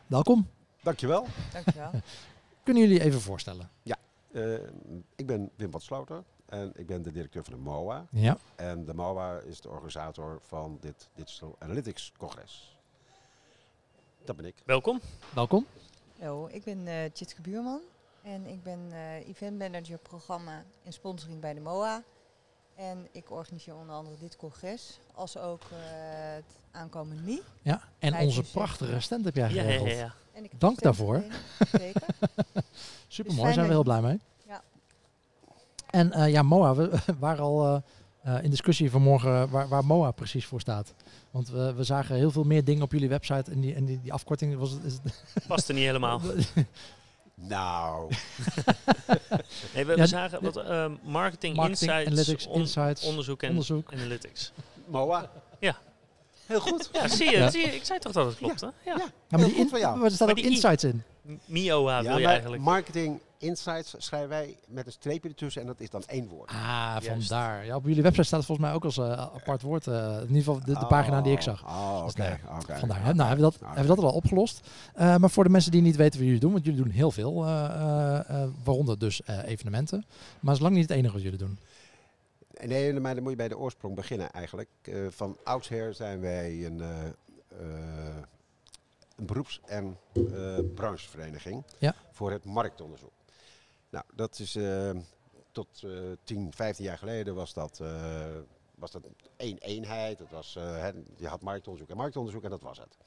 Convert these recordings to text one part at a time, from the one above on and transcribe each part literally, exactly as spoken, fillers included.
welkom. Dankjewel. Dankjewel. Kunnen jullie even voorstellen? Ja, uh, ik ben Wim van Sloter en ik ben de directeur van de M O A. Ja. En de M O A is de organisator van dit Digital Analytics Congres. Dat ben ik. Welkom. Welkom. Hallo, ik ben uh, Tjitske Buurman en ik ben uh, event manager programma en sponsoring bij de M O A. En ik organiseer onder andere dit congres, als ook uh, het aankomende M I. Ja, en Vijf onze uur prachtige stand heb jij Ja, geregeld. ja, ja, ja. En ik heb Dank de daarvoor. Zeker. Super Dus mooi, zijn we heel blij mee. Ja. En uh, ja, M O A, we waren al uh, uh, in discussie vanmorgen waar, waar M O A precies voor staat. Want we, we zagen heel veel meer dingen op jullie website en die, en die, die afkorting was het... Is het past er niet helemaal. Nou. nee, we, we ja, zagen wat uh, marketing, marketing, insights, analytics, on, insights, onderzoek en onderzoek. analytics. M O A. Ja. Heel goed. Ja, zie je, ja. zie je, ik zei toch dat het klopt, ja. hè? Ja, ja. ja maar, die in, maar er staat maar ook insights in. M I O A ja, wil je eigenlijk. Marketing insights schrijven wij met een streepje ertussen en dat is dan één woord. Ah, vandaar. Ja, op jullie website staat het volgens mij ook als uh, apart woord. Uh, in ieder geval de, de oh, pagina die ik zag. Oh, oké. Okay, dus, okay, vandaar. Okay. Nou, hebben we, dat, okay. hebben we dat al opgelost. Uh, maar voor de mensen die niet weten wat jullie doen, want jullie doen heel veel, uh, uh, uh, waaronder dus uh, evenementen. Maar het is lang niet het enige wat jullie doen. Nee, maar dan moet je bij de oorsprong beginnen eigenlijk. Uh, van oudsher zijn wij een... Uh, uh, een beroeps- en uh, branchevereniging ja. voor het marktonderzoek. Nou, dat is uh, tot uh, tien, vijftien jaar geleden was dat, uh, was dat één eenheid. Het was, uh, he, je had marktonderzoek en marktonderzoek en dat was het.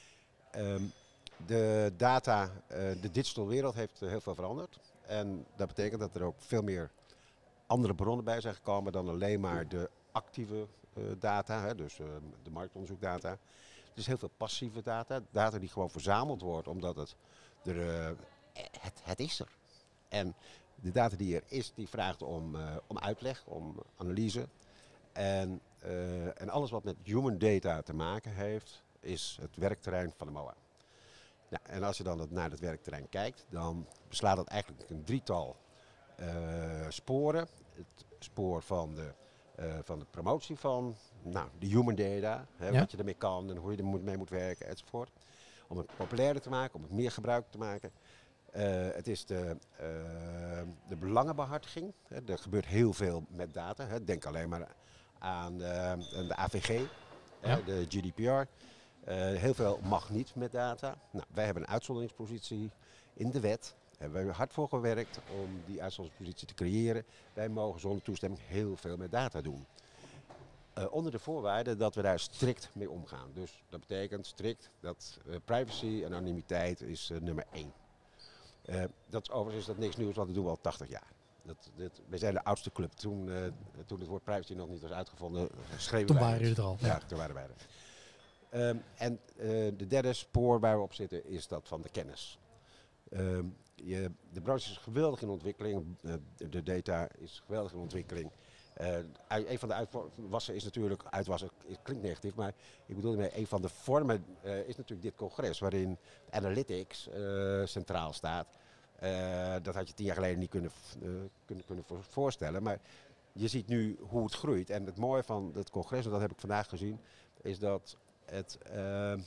Um, de data, uh, de digital wereld heeft uh, heel veel veranderd. En dat betekent dat er ook veel meer andere bronnen bij zijn gekomen dan alleen maar de actieve uh, data, hè, dus uh, de marktonderzoekdata. Er is heel veel passieve data, data die gewoon verzameld wordt omdat het, er, uh, het, het is er. En de data die er is, die vraagt om, uh, om uitleg, om analyse. En, uh, en alles wat met human data te maken heeft, is het werkterrein van de M O A. Nou, en als je dan het, naar het werkterrein kijkt, dan beslaat dat eigenlijk een drietal uh, sporen. Het spoor van de, uh, van de promotie van nou, de human data, hè, ja. wat je ermee kan en hoe je er mee moet werken enzovoort. Om het populairder te maken, om het meer gebruik te maken. Uh, het is de, uh, de belangenbehartiging. Hè. Er gebeurt heel veel met data. Hè. Denk alleen maar aan uh, de A V G, ja. uh, de G D P R. Uh, heel veel mag niet met data. Nou, wij hebben een uitzonderingspositie in de wet. Daar hebben we hard voor gewerkt om die uitzonderingspositie te creëren. Wij mogen zonder toestemming heel veel met data doen. Uh, onder de voorwaarde dat we daar strikt mee omgaan. Dus dat betekent strikt dat uh, privacy en anonimiteit is uh, nummer één. Uh, dat is overigens is dat niks nieuws, want dat doen we al tachtig jaar. Dat, dat, wij zijn de oudste club. Toen, uh, toen het woord privacy nog niet was uitgevonden, schreven toen wij waren jullie er al. Ja, ja, toen waren wij er. Um, en uh, de derde spoor waar we op zitten is dat van de kennis. Um, je, de branche is geweldig in ontwikkeling, uh, de data is geweldig in ontwikkeling. Uh, een van de uitwassen is natuurlijk, uitwassen klinkt negatief, maar ik bedoel ermee, een van de vormen uh, is natuurlijk dit congres waarin analytics uh, centraal staat. Uh, dat had je tien jaar geleden niet kunnen, uh, kunnen, kunnen voorstellen, maar je ziet nu hoe het groeit. En het mooie van het congres, en dat heb ik vandaag gezien, is dat het, uh, uh,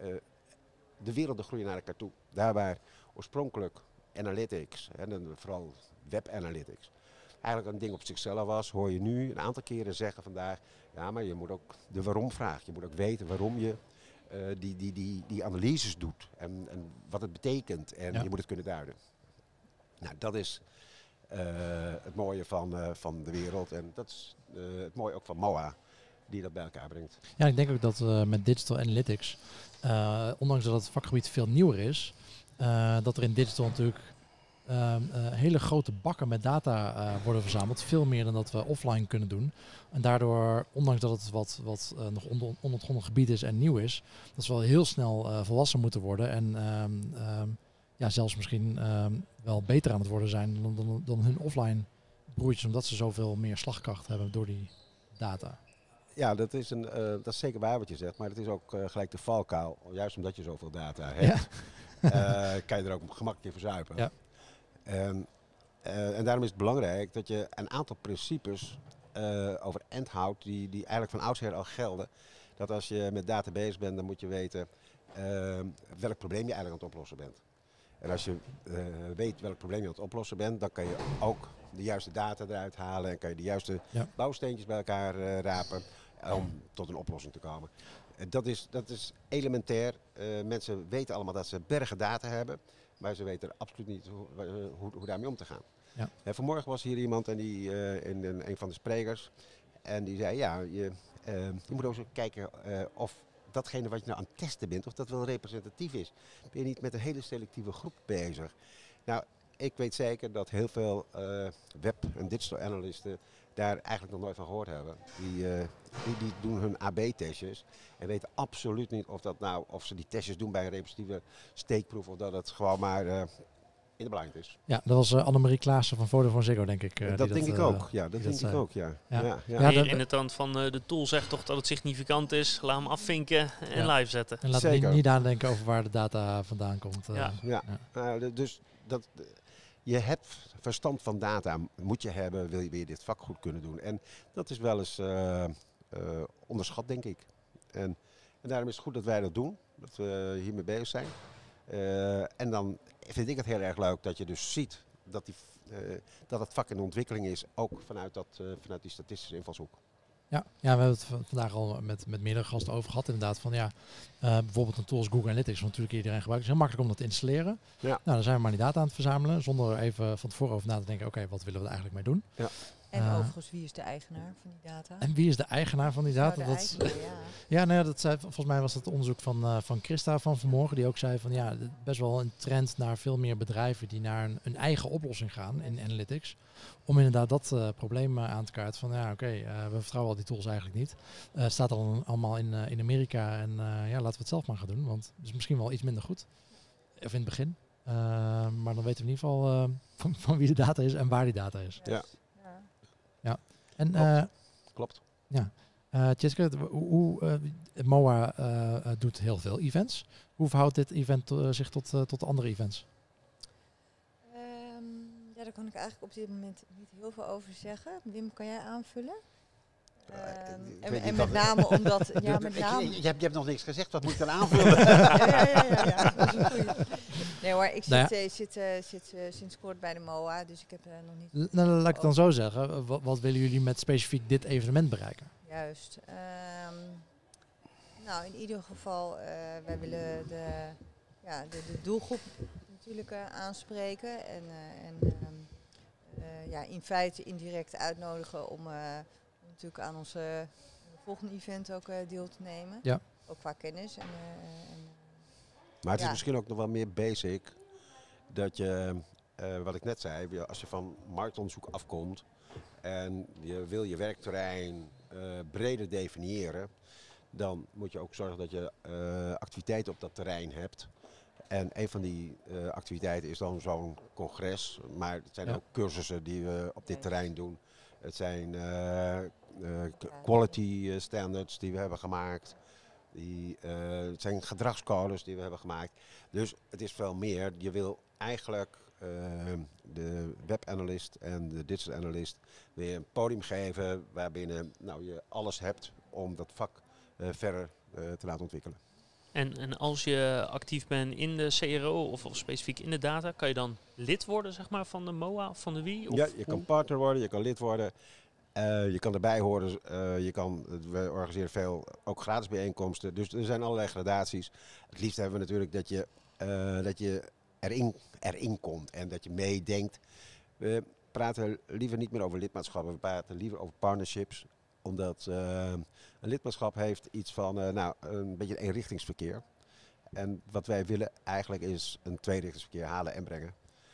de werelden groeien naar elkaar toe. Daar waar oorspronkelijk analytics, en dan vooral web analytics, eigenlijk een ding op zichzelf was, hoor je nu een aantal keren zeggen vandaag, ja, maar je moet ook de waarom vragen. Je moet ook weten waarom je uh, die, die, die, die analyses doet en, en wat het betekent en ja. je moet het kunnen duiden. Nou, dat is uh, het mooie van, uh, van de wereld en dat is uh, het mooie ook van M O A, die dat bij elkaar brengt. Ja, ik denk ook dat uh, met digital analytics, uh, ondanks dat het vakgebied veel nieuwer is, uh, dat er in digital natuurlijk Uh, uh, hele grote bakken met data uh, worden verzameld. Veel meer dan dat we offline kunnen doen. En daardoor, ondanks dat het wat, wat uh, nog onder, onontgonnen gebied is en nieuw is, dat ze wel heel snel uh, volwassen moeten worden. En um, um, ja, zelfs misschien um, wel beter aan het worden zijn dan, dan, dan hun offline broertjes. Omdat ze zoveel meer slagkracht hebben door die data. Ja, dat is, een, uh, dat is zeker waar wat je zegt. Maar het is ook uh, gelijk de valkuil. Juist omdat je zoveel data hebt, ja. uh, kan je er ook gemakkelijk verzuipen. Ja. En, uh, en daarom is het belangrijk dat je een aantal principes uh, overeind houdt die, die eigenlijk van oudsher al gelden. Dat als je met data bezig bent, dan moet je weten, uh, welk probleem je eigenlijk aan het oplossen bent. En als je uh, weet welk probleem je aan het oplossen bent, dan kan je ook de juiste data eruit halen en kan je de juiste ja. bouwsteentjes bij elkaar uh, rapen om tot een oplossing te komen. Uh, dat, is, dat is elementair. Uh, mensen weten allemaal dat ze bergen data hebben, maar ze weten absoluut niet hoe, uh, hoe, hoe daarmee om te gaan. Ja. Uh, vanmorgen was hier iemand en die, uh, in, in een van de sprekers en die zei, ja, je, uh, je moet ook eens kijken uh, of datgene wat je nou aan het testen bent, of dat wel representatief is. Ben je niet met een hele selectieve groep bezig? Nou, ik weet zeker dat heel veel uh, web- en digital analisten daar eigenlijk nog nooit van gehoord hebben. Die, uh, die, die doen hun A B-testjes en weten absoluut niet of, dat nou, of ze die testjes doen bij een representatieve steekproef of dat het gewoon maar uh, in de blind is. Ja, dat was uh, Annemarie Klaassen van Vodafone Ziggo, denk ik. Uh, dat denk dat, ik uh, ook, ja. Dat denk dat ik ook, ja. ja. ja, ja. ja in het hand van uh, de tool zegt toch dat het significant is. Laat hem afvinken en ja. live zetten. En laat niet, niet nadenken over waar de data vandaan komt. Uh, ja, ja. ja. Uh, dus dat... Je hebt verstand van data, moet je hebben, wil je, wil je dit vak goed kunnen doen. En dat is wel eens uh, uh, onderschat, denk ik. En, en daarom is het goed dat wij dat doen, dat we hiermee bezig zijn. Uh, en dan vind ik het heel erg leuk dat je dus ziet dat, die, uh, dat het vak in ontwikkeling is, ook vanuit, dat, uh, vanuit die statistische invalshoek. Ja, ja, we hebben het vandaag al met, met meerdere gasten over gehad inderdaad. Van ja, uh, bijvoorbeeld een tool als Google Analytics, wat natuurlijk iedereen gebruikt. Het is heel makkelijk om dat te installeren. Ja. Nou, dan zijn we maar die data aan het verzamelen, zonder even van tevoren over na te denken, oké, okay, wat willen we er eigenlijk mee doen? Ja. En uh, overigens, wie is de eigenaar van die data? En wie is de eigenaar van die data? Nou, dat eigenaar, ja. ja, nou ja, dat zei, volgens mij was dat onderzoek van, uh, van Christa van vanmorgen, die ook zei van ja, best wel een trend naar veel meer bedrijven die naar een, een eigen oplossing gaan in analytics. Om inderdaad dat uh, probleem uh, aan te kaarten van ja, oké, okay, uh, we vertrouwen al die tools eigenlijk niet. Het uh, staat al allemaal in, uh, in Amerika en uh, ja, laten we het zelf maar gaan doen, want het is misschien wel iets minder goed. Of in het begin. Uh, maar dan weten we in ieder geval uh, van, van wie de data is en waar die data is. Ja. Ja. ja. En, uh, Klopt. Ja. Uh, Tjitske, hoe, uh, M O A uh, uh, doet heel veel events. Hoe verhoudt dit event uh, zich tot, uh, tot de andere events? Um, ja, daar kan ik eigenlijk op dit moment niet heel veel over zeggen. Wim, kan jij aanvullen? Um, uh, en, en met name omdat... ja, met name je, je, hebt, je hebt nog niks gezegd, wat moet ik dan aanvullen? ja, ja, ja, ja, ja, dat is een goeie. Nee hoor, ik zit, nou ja. uh, zit, uh, zit uh, sinds kort bij de M O A, dus ik heb uh, nog niet... L- nou, laat ik het dan zo zeggen. Wat, wat willen jullie met specifiek dit evenement bereiken? Juist. Um, nou, in ieder geval, uh, wij willen de, ja, de, de doelgroep natuurlijk uh, aanspreken. En, uh, en um, uh, ja, in feite indirect uitnodigen om, uh, om natuurlijk aan onze volgende event ook uh, deel te nemen. Ja. Ook qua kennis. En, uh, en, maar het ja. is misschien ook nog wel meer basic dat je, uh, wat ik net zei, als je van marktonderzoek afkomt en je wil je werkterrein uh, breder definiëren, dan moet je ook zorgen dat je uh, activiteiten op dat terrein hebt. En een van die uh, activiteiten is dan zo'n congres, maar het zijn ja. ook cursussen die we op dit terrein doen. Het zijn uh, uh, quality standards die we hebben gemaakt. Die, uh, het zijn gedragscodes die we hebben gemaakt. Dus het is veel meer. Je wil eigenlijk uh, de webanalist en de digital analyst weer een podium geven waarbinnen nou, je alles hebt om dat vak uh, verder uh, te laten ontwikkelen. En, en als je actief bent in de C R O of, of specifiek in de data, kan je dan lid worden zeg maar, van de M O A of van de W I? Of ja, je kan partner worden, je kan lid worden. Uh, je kan erbij horen, uh, je kan, we organiseren veel ook gratis bijeenkomsten. Dus er zijn allerlei gradaties. Het liefst hebben we natuurlijk dat je, uh, dat je erin, erin komt en dat je meedenkt. We praten liever niet meer over lidmaatschappen, we praten liever over partnerships. Omdat uh, een lidmaatschap heeft iets van uh, nou, een beetje een eenrichtingsverkeer. En wat wij willen eigenlijk is een tweerichtingsverkeer halen en brengen.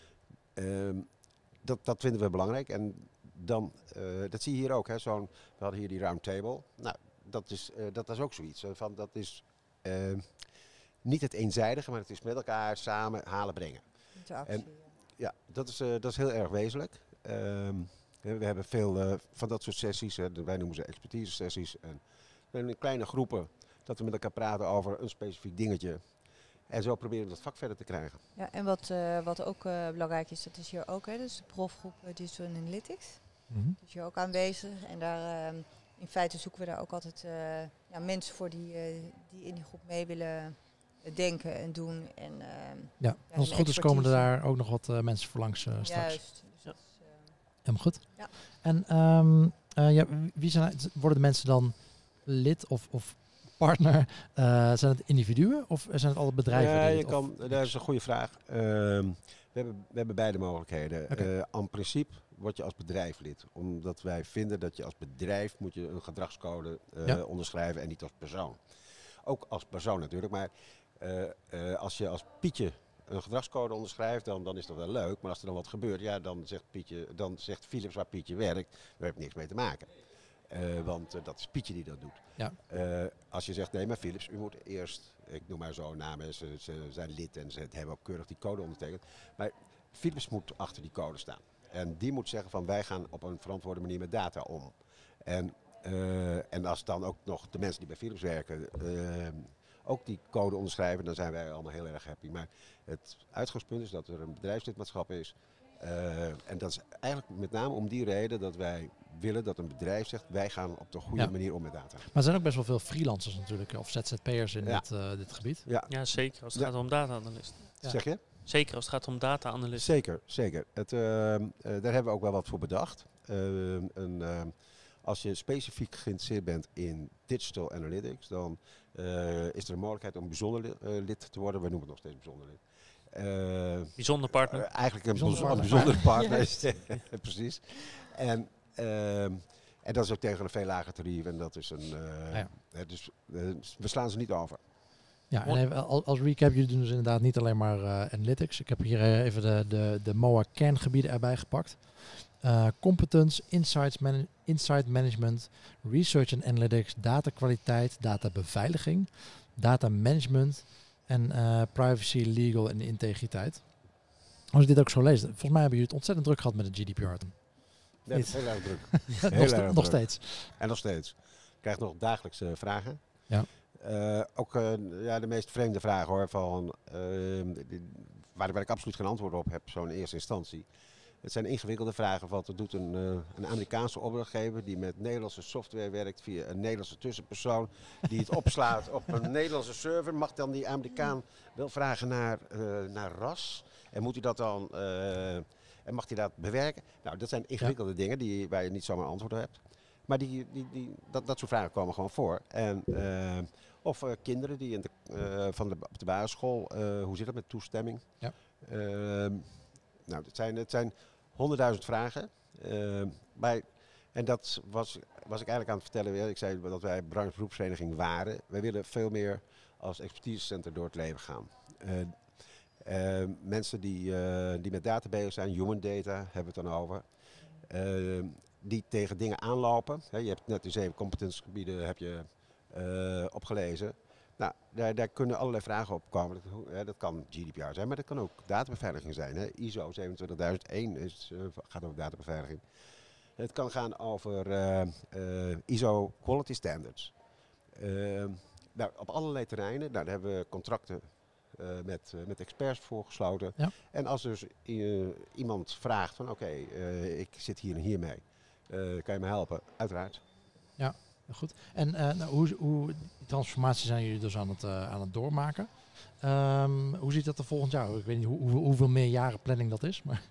Uh, dat, dat vinden we belangrijk. En dan, uh, dat zie je hier ook. Hè, zo'n, we hadden hier die roundtable. Nou, dat is, uh, dat is ook zoiets. Uh, van, dat is uh, niet het eenzijdige, maar het is met elkaar samen halen, brengen. Interactie. En, ja, dat is, uh, dat is heel erg wezenlijk. Um, we hebben veel uh, van dat soort sessies. Hè, wij noemen ze expertise sessies. En in kleine groepen dat we met elkaar praten over een specifiek dingetje. En zo proberen we dat vak verder te krijgen. Ja, en wat, uh, wat ook uh, belangrijk is, dat is hier ook, hè, dus de profgroep uh, Digital Analytics. Mm-hmm. Die is hier ook aanwezig. En daar, uh, in feite zoeken we daar ook altijd uh, ja, mensen voor die, uh, die in die groep mee willen denken en doen. En, uh, Ja, ja, als het goed is komen er daar ook nog wat uh, mensen voor langs uh, straks. Juist. Dus ja. dat is, uh, helemaal goed. Ja. En um, uh, ja, wie zijn, worden de mensen dan lid of, of partner? Uh, zijn het individuen of zijn het alle bedrijven? Ja, die je het, kan, of, dat is een goede vraag. Uh, we, hebben, we hebben beide mogelijkheden. Okay. Uh, aan principe word je als bedrijf lid. Omdat wij vinden dat je als bedrijf moet je een gedragscode uh, ja. onderschrijven en niet als persoon. Ook als persoon natuurlijk, maar uh, uh, als je als Pietje een gedragscode onderschrijft, dan, dan is dat wel leuk. Maar als er dan wat gebeurt, ja, dan zegt, Pietje, dan zegt Philips waar Pietje werkt, daar heb ik niks mee te maken. Uh, want uh, dat is Pietje die dat doet. Ja. Uh, als je zegt, nee maar Philips, u moet eerst, ik noem maar zo namen, ze, ze zijn lid en ze hebben ook keurig die code ondertekend. Maar Philips moet achter die code staan. En die moet zeggen van wij gaan op een verantwoorde manier met data om. En, uh, en als dan ook nog de mensen die bij Philips werken uh, ook die code onderschrijven, dan zijn wij allemaal heel erg happy. Maar het uitgangspunt is dat er een bedrijfslidmaatschap is. Uh, en dat is eigenlijk met name om die reden dat wij willen dat een bedrijf zegt wij gaan op de goede ja. manier om met data. Maar er zijn ook best wel veel freelancers natuurlijk, of Z Z P'ers in ja. dit, uh, dit gebied. Ja. ja, zeker als het ja. gaat om data-analysten. Ja. Zeg je? Zeker als het gaat om data-analysten. Zeker, zeker. Het, uh, uh, daar hebben we ook wel wat voor bedacht. Uh, een, uh, als je specifiek geïnteresseerd bent in digital analytics, dan uh, is er een mogelijkheid om bijzonder li- uh, lid te worden. Wij noemen het nog steeds bijzonder lid. Uh, bijzonder partner. Uh, eigenlijk een bijzonder bijzondere partner. partner. Precies. En, uh, en dat is ook tegen een veel lager tarief. En dat is een. Uh, ja. uh, dus uh, we slaan ze niet over. Ja, en even, als recap, jullie doen dus inderdaad niet alleen maar uh, analytics. Ik heb hier uh, even de, de, de M O A kerngebieden erbij gepakt. Uh, competence, insights man- insight management, research and analytics, datakwaliteit, databeveiliging, data management en uh, privacy, legal en integriteit. Als ik dit ook zo lees, volgens mij hebben jullie het ontzettend druk gehad met de G D P R. Ja, dat is heel erg druk. heel heel nog, erg nog druk. steeds. En nog steeds. Ik krijg nog dagelijks uh, vragen. Ja. Uh, ook uh, ja, de meest vreemde vragen hoor, van, uh, die, waar, waar ik absoluut geen antwoord op heb, zo in eerste instantie. Het zijn ingewikkelde vragen, want er doet een, uh, een Amerikaanse opdrachtgever die met Nederlandse software werkt via een Nederlandse tussenpersoon die het opslaat op een Nederlandse server. Mag dan die Amerikaan wel vragen naar, uh, naar ras en moet hij dat dan, uh, en mag hij dat bewerken? Nou, dat zijn ingewikkelde ja. dingen die, waar je niet zomaar antwoord op hebt. Maar die, die, die, dat, dat soort vragen komen gewoon voor. En, uh, of uh, kinderen die in de, uh, van de, op de basisschool, uh, hoe zit dat met toestemming? Ja. Uh, nou, het zijn, het zijn honderdduizend vragen. Uh, bij, en dat was, was ik eigenlijk aan het vertellen. Ik zei dat wij brancheberoepsvereniging waren. Wij willen veel meer als expertisecenter door het leven gaan. Uh, uh, mensen die, uh, die met data bezig zijn, human data hebben we het dan over. Uh, die tegen dingen aanlopen. He, je hebt net de zeven competentiegebieden heb je, uh, opgelezen. Nou, daar, daar kunnen allerlei vragen op komen. Dat, hè, dat kan G D P R zijn, maar dat kan ook databeveiliging zijn. Hè. I S O zevenentwintigduizend één is, uh, gaat over databeveiliging. Het kan gaan over uh, uh, I S O quality standards. Uh, nou, op allerlei terreinen. Nou, daar hebben we contracten uh, met, uh, met experts voor gesloten. Ja. En als dus uh, iemand vraagt van oké, okay, uh, ik zit hier en hier mee. Uh, kan je me helpen? Uiteraard. Ja, goed. En uh, nou, hoe, hoe die transformatie zijn jullie dus aan het, uh, aan het doormaken? Um, hoe ziet dat er volgend jaar? Ik weet niet hoe, hoe, hoeveel meer jaren planning dat is. Maar.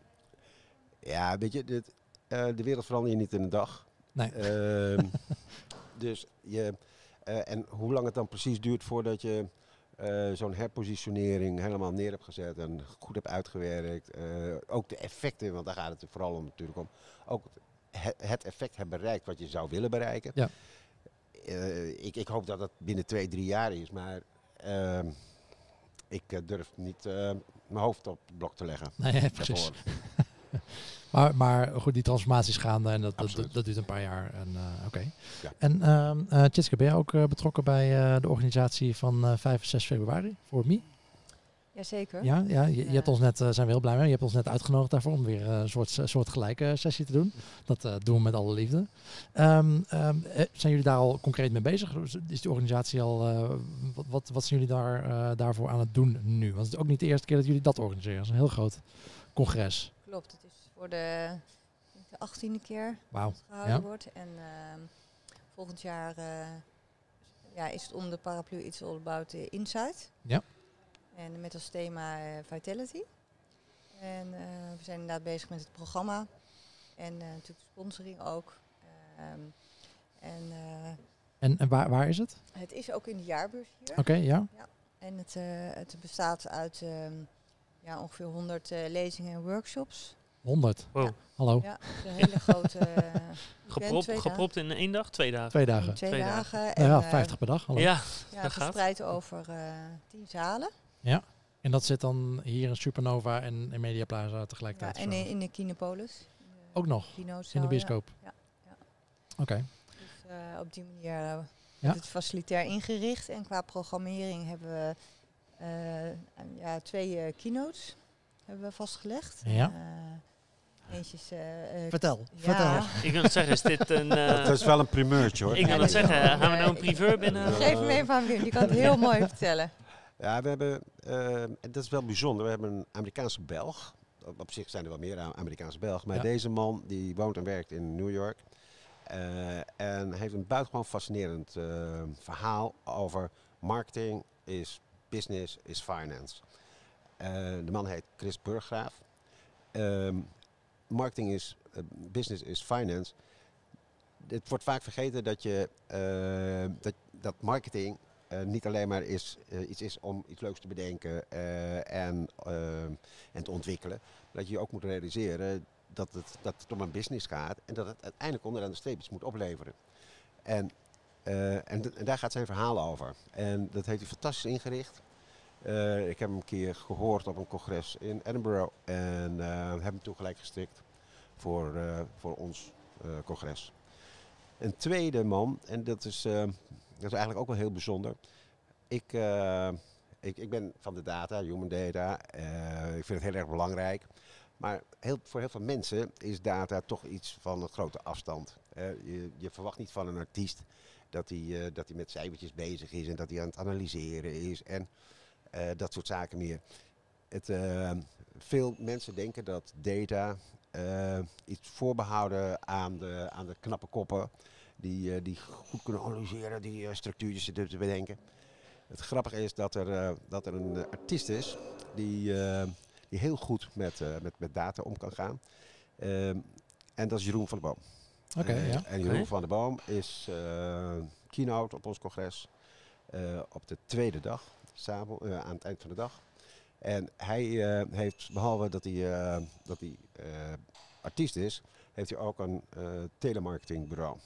Ja, weet je, dit, uh, de wereld verander je niet in een dag. Nee. Uh, dus je, uh, en hoe lang het dan precies duurt voordat je uh, zo'n herpositionering helemaal neer hebt gezet en goed hebt uitgewerkt. Uh, ook de effecten, want daar gaat het vooral om natuurlijk om. Ook het effect hebben bereikt wat je zou willen bereiken. Ja. Uh, ik, ik hoop dat het binnen twee, drie jaar is, maar uh, ik uh, durf niet uh, mijn hoofd op het blok te leggen. Nee, precies. maar, maar goed, die transformaties gaande en dat, dat, dat, dat duurt een paar jaar. En, uh, okay. Ja. En uh, uh, Tjitske, ben jij ook uh, betrokken bij uh, de organisatie van uh, vijf en zes februari voor M I? Jazeker. Ja, ja, je, je ja. hebt ons net, uh, zijn we heel blij mee. Je hebt ons net uitgenodigd daarvoor om weer uh, een soort, uh, soort gelijke sessie te doen. Dat uh, doen we met alle liefde. Um, um, zijn jullie daar al concreet mee bezig? Is die organisatie al, uh, wat, wat, wat zijn jullie daar, uh, daarvoor aan het doen nu? Want het is ook niet de eerste keer dat jullie dat organiseren. Het is een heel groot congres. Klopt, het is voor de, de achttiende keer Wauw. dat het gehouden Ja. wordt. En uh, volgend jaar uh, ja, is het om de paraplu It's All About uh, Insight. Ja. En met als thema uh, Vitality. En uh, we zijn inderdaad bezig met het programma. En uh, natuurlijk de sponsoring ook. Um, en, uh, en en waar, waar is het? Het is ook in de jaarbeurs hier. Oké, okay, ja. ja. En het, uh, het bestaat uit um, ja, ongeveer honderd uh, lezingen en workshops. honderd? Wow. Ja. Hallo? Ja, een hele grote... Uh, Geprop, gepropt in één dag? Twee dagen? Twee dagen. In twee, twee dagen. dagen. En, ja, uh, vijftig per dag. Hallo. Ja, ja verspreid over uh, tien zalen. Ja. En dat zit dan hier in Supernova en in Mediaplaza tegelijkertijd? Ja, en in, in de Kinopolis. In de ook nog? In de bioscoop? Ja. ja. Oké. Okay. Dus uh, op die manier uh, ja. het facilitair ingericht. En qua programmering hebben we uh, ja, twee uh, keynotes hebben we vastgelegd. Ja. Uh, eentje is... Uh, uh, vertel, ja. vertel. Ik wil het zeggen, is dit een... Uh, dat is wel een primeurtje hoor. Ik wil het zeggen, gaan we nou een primeur binnen? Geef hem even aan Wim, die kan het heel mooi vertellen. Ja, we hebben, uh, en dat is wel bijzonder, we hebben een Amerikaanse Belg. Op, op zich zijn er wel meer Amerikaanse Belgen, maar ja. deze man die woont en werkt in New York. Uh, en heeft een buitengewoon fascinerend uh, verhaal over marketing is business is finance. Uh, de man heet Chris Burggraaf. Um, marketing is uh, business is finance. Het wordt vaak vergeten dat je uh, dat, dat marketing uh, niet alleen maar is, uh, iets is om iets leuks te bedenken uh, en, uh, en te ontwikkelen. Maar dat je ook moet realiseren dat het, dat het om een business gaat en dat het uiteindelijk onderaan de streep iets moet opleveren. En, uh, en, d- en daar gaat zijn verhaal over. En dat heeft hij fantastisch ingericht. Uh, ik heb hem een keer gehoord op een congres in Edinburgh en uh, heb hem toen gelijk gestrikt voor, uh, voor ons uh, congres. Een tweede man, en dat is, uh, dat is eigenlijk ook wel heel bijzonder. Ik, uh, ik, ik ben van de data, human data. Uh, ik vind het heel erg belangrijk. Maar heel, voor heel veel mensen is data toch iets van een grote afstand. Uh, je, je verwacht niet van een artiest dat hij uh, dat hij met cijfertjes bezig is en dat hij aan het analyseren is en uh, dat soort zaken meer. Het, uh, veel mensen denken dat data uh, iets voorbehouden aan de, aan de knappe koppen die, uh, die goed kunnen analyseren, die uh, structuurtjes zitten te bedenken. Het grappige is dat er, uh, dat er een uh, artiest is die... Uh, die heel goed met, uh, met, met data om kan gaan. Uh, en dat is Jeroen van der Boom. Oké, okay, uh, ja. En Jeroen okay. van der Boom is uh, keynote op ons congres uh, op de tweede dag, samen, uh, aan het eind van de dag. En hij uh, heeft, behalve dat hij, uh, dat hij uh, artiest is, heeft hij ook een uh, telemarketingbureau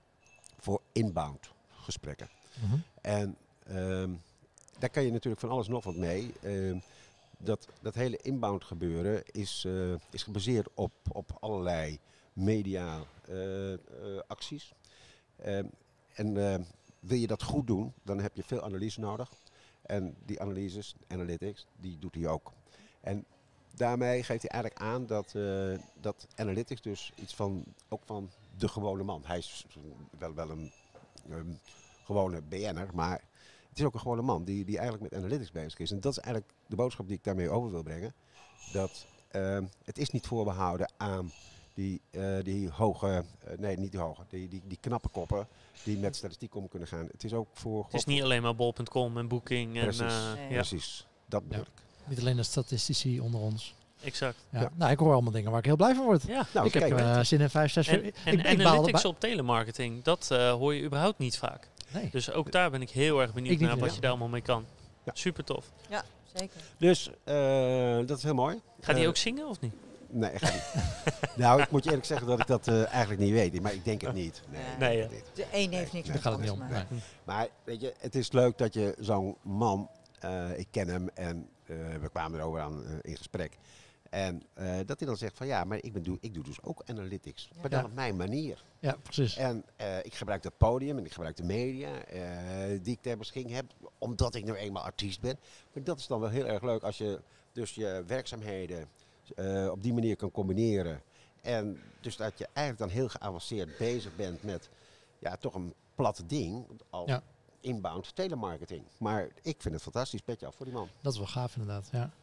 voor inbound gesprekken. Mm-hmm. En uh, daar kan je natuurlijk van alles nog wat mee. Uh, Dat, dat hele inbound gebeuren is, uh, is gebaseerd op, op allerlei media uh, uh, acties. Uh, en uh, wil je dat goed doen, dan heb je veel analyse nodig. En die analyses, analytics, die doet hij ook. En daarmee geeft hij eigenlijk aan dat, uh, dat analytics dus iets van, ook van de gewone man. Hij is wel, wel een um, gewone B N'er, maar... Het is ook een gewone man die, die eigenlijk met analytics bezig is. En dat is eigenlijk de boodschap die ik daarmee over wil brengen. Dat uh, het is niet voorbehouden aan die, uh, die hoge, uh, nee niet die hoge, die, die, die knappe koppen die met statistiek om kunnen gaan. Het is ook voor... Het is niet alleen maar bol punt com en Booking. En, precies, uh, nee. ja. precies, dat bedoel Ja. ik. Niet alleen de statistici onder ons. Exact. Ja. Ja. Nou, ik hoor allemaal dingen waar ik heel blij van word. Ja. Nou, ik heb kijk, uh, zin in vijf, zes... En, ik, en ik, ik analytics bij... op telemarketing, dat uh, hoor je überhaupt niet vaak. Nee. Dus ook daar ben ik heel erg benieuwd Ik niet, naar wat ja. je daar allemaal mee kan. Ja. Super tof. Ja, zeker. Dus uh, dat is heel mooi. Gaat hij Uh, ook zingen of niet? Nee, ga niet. Nou, ik moet je eerlijk zeggen dat ik dat uh, eigenlijk niet weet. Maar ik denk het niet. Nee, Nee, nee, ja. niet. De een heeft niks Nee, met Daar gaat het het niet om. ander, Nee. Maar weet je, het is leuk dat je zo'n man, uh, ik ken hem en uh, we kwamen erover aan uh, in gesprek. En uh, dat hij dan zegt van ja, maar ik, ben doe, ik doe dus ook analytics. Ja. Maar dan Ja. op mijn manier. Ja, precies. En uh, ik gebruik dat podium en ik gebruik de media uh, die ik ter beschikking heb. Omdat ik nu eenmaal artiest ben. Maar dat is dan wel heel erg leuk als je dus je werkzaamheden uh, op die manier kan combineren. En dus dat je eigenlijk dan heel geavanceerd bezig bent met ja, toch een plat ding als Ja. inbound telemarketing. Maar ik vind het fantastisch, petje af voor die man. Dat is wel gaaf inderdaad. Ja. Ja.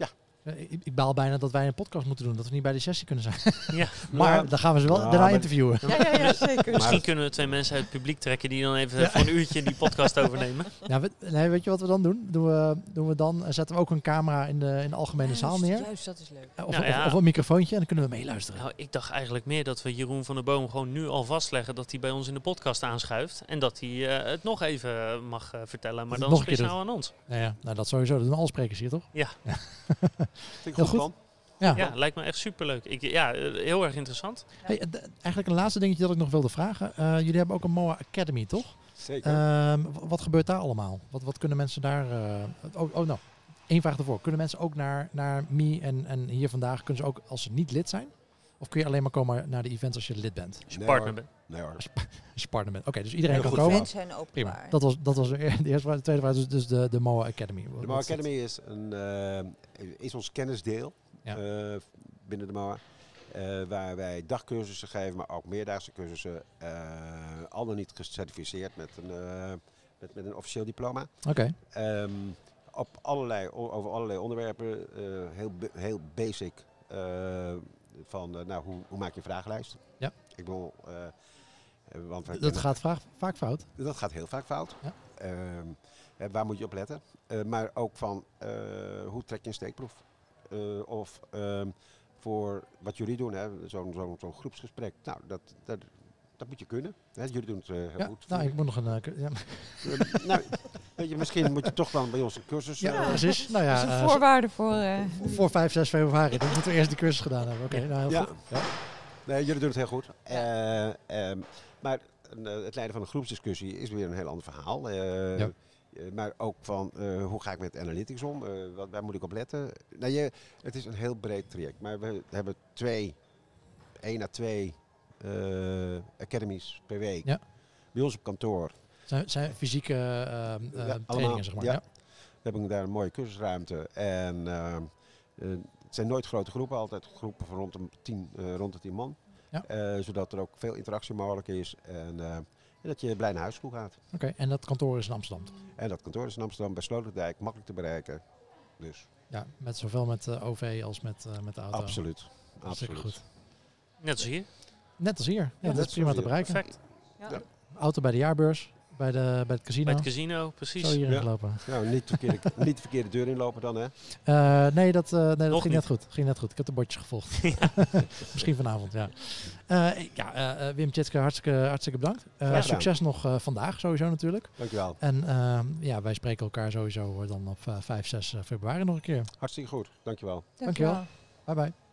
Uh, ik, ik baal bijna dat wij een podcast moeten doen, dat we niet bij de sessie kunnen zijn. Ja. maar Ja. dan gaan we ze wel Ja, daarna maar- interviewen. Ja, ja, ja, zeker. Misschien Maar- kunnen we twee mensen uit het publiek trekken die dan even voor een uurtje die podcast overnemen. Ja, we, nee, weet je wat we dan doen? Doen we, doen we dan uh, zetten we ook een camera in de, in de algemene zaal Juist, neer. Juist, dat is leuk. Uh, of, Nou ja. of, of een microfoontje en dan kunnen we meeluisteren. Nou, ik dacht eigenlijk meer dat we Jeroen van der Boom gewoon nu al vastleggen dat hij bij ons in de podcast aanschuift. En dat hij uh, het nog even mag uh, vertellen, maar het dan nog een keer speciaal aan ons. Ja, ja, nou, dat sowieso. Dat doen alle sprekers hier, toch? Vind ik Heel goed, goed. plan. Ja. Ja, lijkt me echt superleuk. Ik, ja, uh, heel erg interessant. Hey, uh, d- eigenlijk een laatste dingetje dat ik nog wilde vragen. Uh, jullie hebben ook een M O A Academy, toch? Zeker. Um, w- wat gebeurt daar allemaal? Wat, wat kunnen mensen daar... Uh, oh, oh, nou, één vraag ervoor. Kunnen mensen ook naar, naar M I en, en hier vandaag, kunnen ze ook als ze niet lid zijn? Of kun je alleen maar komen naar de events als je lid bent? Als je Nee, partner hoor. bent. Nee hoor. Als je partner bent. Oké, okay, dus iedereen Heel kan goed komen. Events zijn Prima. openbaar. Dat was, dat was de eerste vraag. De tweede vraag is dus de, de M O A Academy. De Wat M O A is dat? Academy is, een, uh, is ons kennisdeel Ja. uh, binnen de M O A. Uh, waar wij dagcursussen geven, maar ook meerdaagse cursussen. Uh, al dan niet gecertificeerd met een, uh, met, met een officieel diploma. Oké. Okay. Um, op allerlei, over allerlei onderwerpen. Uh, heel, heel basic. Uh, van uh, nou, hoe, hoe maak je een vragenlijst? Ja. Ik bedoel, uh, want wij Dat kennen- gaat vaak, vaak fout. dat gaat heel vaak fout. Ja. Um, uh, waar moet je op letten? Uh, maar ook van uh, hoe trek je een steekproef? Uh, of um, voor wat jullie doen, hè, zo'n zo'n zo'n groepsgesprek. Nou, dat, dat, dat moet je kunnen. Hè? Jullie doen het uh, heel Ja, goed. nou, ik moet nog een... Uh, ku- ja. Uh, nou, weet je, misschien moet je toch dan bij ons een cursus... Ja, uh, precies. Nou Dat ja, is een uh, voorwaarde voor... uh, voor vijf, zes februari. Dan moeten we eerst de cursus gedaan hebben. Oké, okay, nou heel Ja. goed. Ja. Nee, jullie doen het heel goed. Uh, um, maar uh, het leiden van een groepsdiscussie is weer een heel ander verhaal. Uh, Ja. Uh, maar ook van uh, hoe ga ik met analytics om? Uh, wat, waar moet ik op letten? Nou, je, het is een heel breed traject. Maar we hebben twee, één à twee uh, academies per week. Ja. Bij ons op kantoor. Zijn, zijn fysieke uh, uh, Ja, trainingen, allemaal, zeg maar. ja. Ja. We hebben daar een mooie cursusruimte. En uh, uh, het zijn nooit grote groepen. Altijd groepen van rond de tien, uh, rond de tien man. Ja. Uh, zodat er ook veel interactie mogelijk is. En, uh, en dat je blij naar huis toe gaat. Oké, okay, en dat kantoor is in Amsterdam? En dat kantoor is in Amsterdam bij Sloterdijk, makkelijk te bereiken. Dus. Ja, met zowel met uh, O V als met, uh, met de auto. Absoluut. Hartstikke Absoluut. goed. Net als hier. Net als hier. Ja, Ja, dat net is prima zoals te hier. bereiken. Perfect. ja. Ja. Auto bij de jaarbeurs, bij, de, bij het casino. Bij het casino, precies. Zo hierin Ja. gelopen. Nou, niet de verkeerde, niet de verkeerde deur inlopen dan, hè? Uh, nee, dat, uh, nee, dat Nog ging niet. net goed. ging net goed. Ik heb de bordjes gevolgd. Misschien vanavond, ja. Uh, ja, uh, Wim Tjitske, hartstikke, hartstikke bedankt. Uh, gedaan. succes nog uh, vandaag sowieso natuurlijk. Dankjewel. En uh, ja, wij spreken elkaar sowieso uh, dan op uh, vijf, zes februari nog een keer. Hartstikke goed. Dankjewel. Dankjewel. Bye bye.